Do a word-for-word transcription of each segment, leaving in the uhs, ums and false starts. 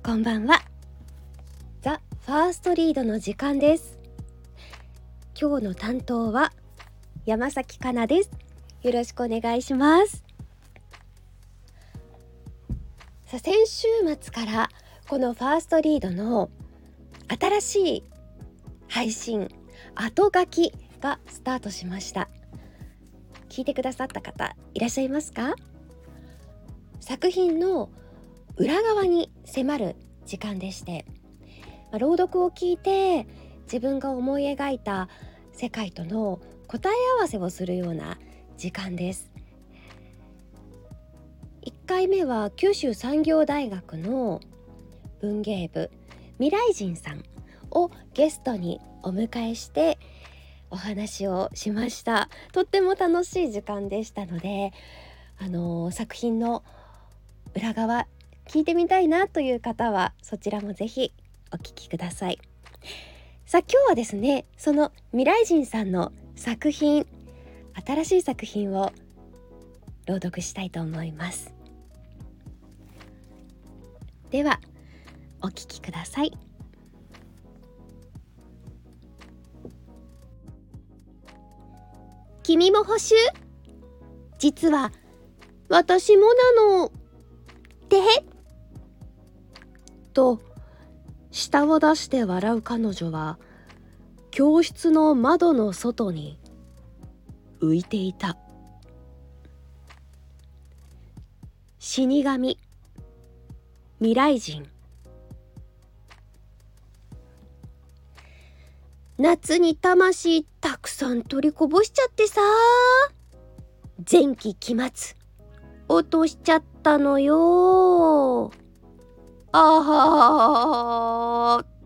こんばんは。ザ・ファーストリードの時間です。今日の担当は山崎かなです。よろしくお願いします。さあ、先週末からこのファーストリードの新しい配信後書きがスタートしました。聞いてくださった方いらっしゃいますか？作品の裏側に迫る時間でして、朗読を聞いて自分が思い描いた世界との答え合わせをするような時間です。いっかいめは九州産業大学の文芸部未来人さんをゲストにお迎えしてお話をしました。とっても楽しい時間でしたので、あのー、作品の裏側聞いてみたいなという方はそちらもぜひお聞きください。さあ、今日はですね、その未来人さんの作品、新しい作品を朗読したいと思います。ではお聞きください。君も補習？実は私もなの。でと舌を出して笑う彼女は教室の窓の外に浮いていた。死神、未来人。夏に魂たくさん取りこぼしちゃってさ、前期期末落としちゃったのよ。あはー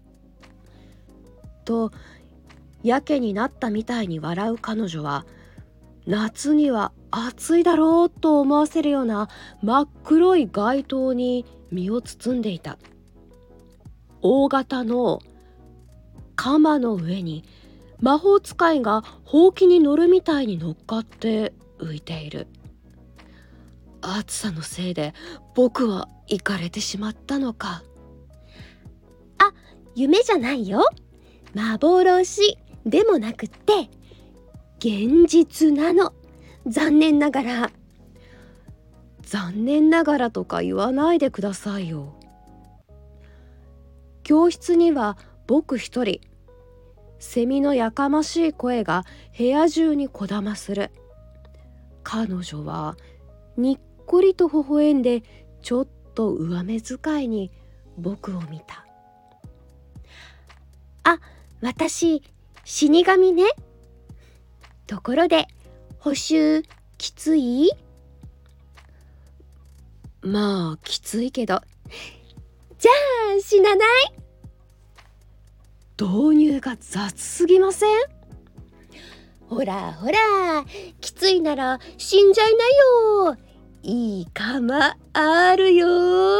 とやけになったみたいに笑う彼女は、夏には暑いだろうと思わせるような真っ黒い街灯に身を包んでいた。大型の鎌の上に魔法使いがほうきに乗るみたいに乗っかって浮いている。暑さのせいで僕はイカれてしまったのか。あ、夢じゃないよ。幻でもなくって現実なの。残念ながら。残念ながらとか言わないでくださいよ。教室には僕一人。セミのやかましい声が部屋中にこだまする。彼女はにっこりと微笑んで、ちょっと上目遣いに僕を見た。あ、私死神ね。ところで補習きつい？まあきついけど。じゃあ死なない？導入が雑すぎません？ほらほら、きついなら死んじゃいなよ。いいかまあるよ。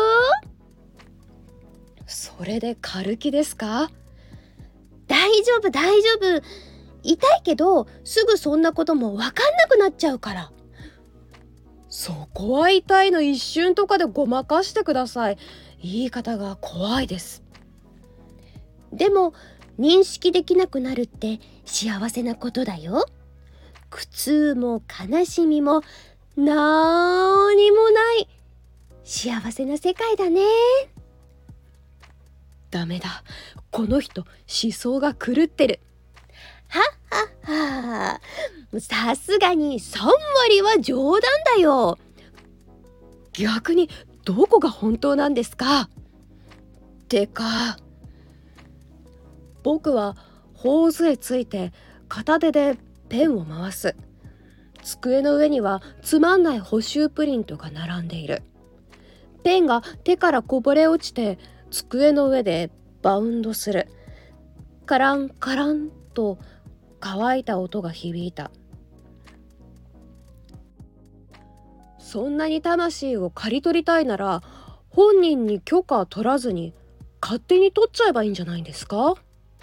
それで軽気ですか？大丈夫大丈夫。痛いけどすぐそんなことも分かんなくなっちゃうから。そこは痛いの一瞬とかでごまかしてください。言い方が怖いです。でも認識できなくなるって幸せなことだよ。苦痛も悲しみもなーにもない幸せな世界だね。ダメだ、この人思想が狂ってる。はっはっは、さすがにさんわりは冗談だよ。逆にどこが本当なんですか？てか、僕は頬杖ついて片手でペンを回す。机の上にはつまんない補習プリントが並んでいる。ペンが手からこぼれ落ちて机の上でバウンドする。カランカランと乾いた音が響いた。そんなに魂を刈り取りたいなら本人に許可取らずに勝手に取っちゃえばいいんじゃないんですか？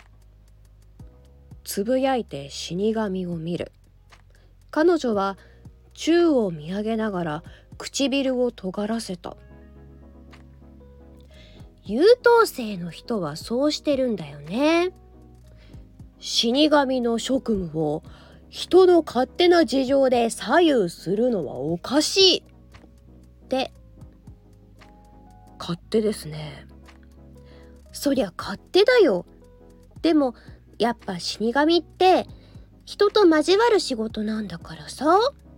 つぶやいて死神を見る。彼女は宙を見上げながら唇を尖らせた。 優等生の人はそうしてるんだよね。死神の職務を人の勝手な事情で左右するのはおかしいって。勝手ですね。そりゃ勝手だよ。でもやっぱ死神って人と交わる仕事なんだからさ。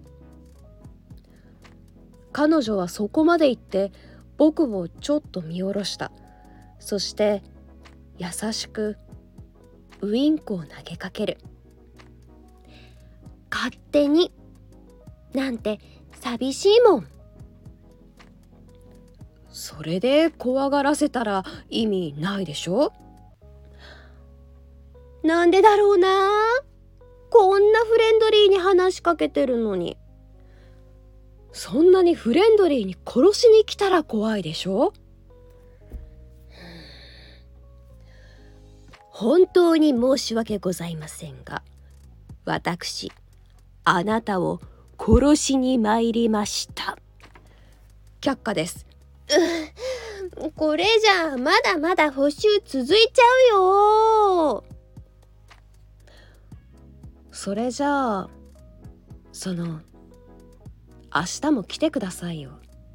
彼女はそこまで言って僕をちょっと見下ろした。そして優しくウインクを投げかける。勝手になんて寂しいもん。それで怖がらせたら意味ないでしょ。なんでだろうな。こんなフレンドリーに話しかけてるのに。そんなにフレンドリーに殺しに来たら怖いでしょ。本当に申し訳ございませんが、私あなたを殺しに参りました。却下です。うこれじゃまだまだ補習続いちゃうよ。それじゃあその明日も来てくださいよ。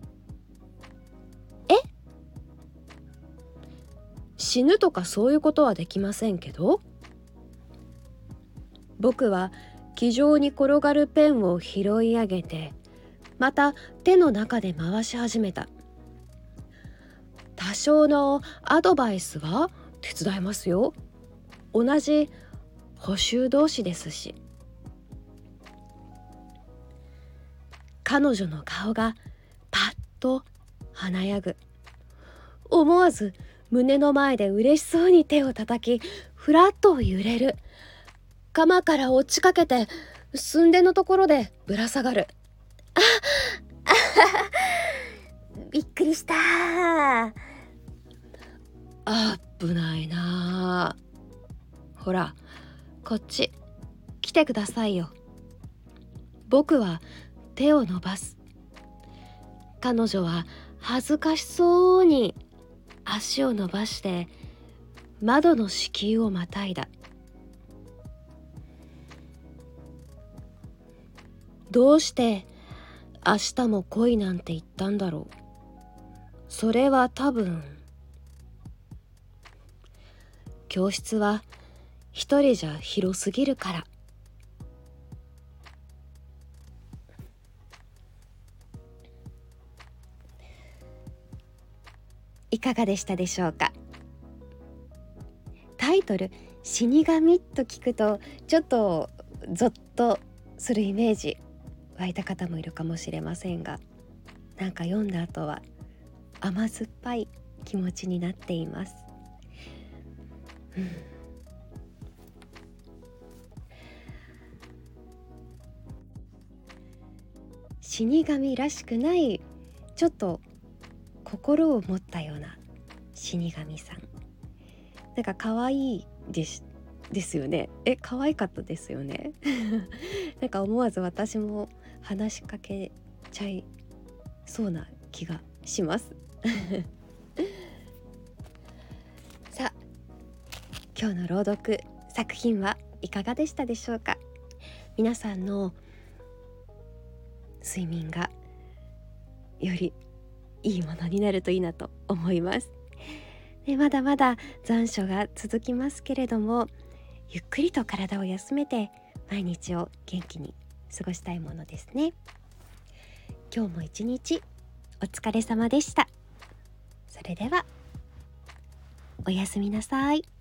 え？死ぬとかそういうことはできませんけど。僕は気丈に転がるペンを拾い上げてまた手の中で回し始めた。多少のアドバイスは手伝いますよ。同じ補習同士ですし。彼女の顔がパッと華やぐ。思わず胸の前で嬉しそうに手を叩きふらっと揺れる。鎌から落ちかけて寸出のところでぶら下がる。ああびっくりした。危ないな。ほらこっち来てくださいよ。僕は手を伸ばす。彼女は恥ずかしそうに足を伸ばして窓の敷居をまたいだ。どうして明日も来いなんて言ったんだろう。それは多分教室は一人じゃ広すぎるから。いかがでしたでしょうか。タイトル死神と聞くとちょっとゾッとするイメージ湧いた方もいるかもしれませんが、なんか読んだ後は甘酸っぱい気持ちになっています。うん、死神らしくないちょっと心を持ったような死神さん、なんか可愛いですですよね。え可愛かったですよねなんか思わず私も話しかけちゃいそうな気がしますさあ今日の朗読作品はいかがでしたでしょうか。皆さんの睡眠がよりいいものになるといいなと思います。でまだまだ残暑が続きますけれども、ゆっくりと体を休めて毎日を元気に過ごしたいものですね。今日も一日お疲れ様でした。それではおやすみなさい。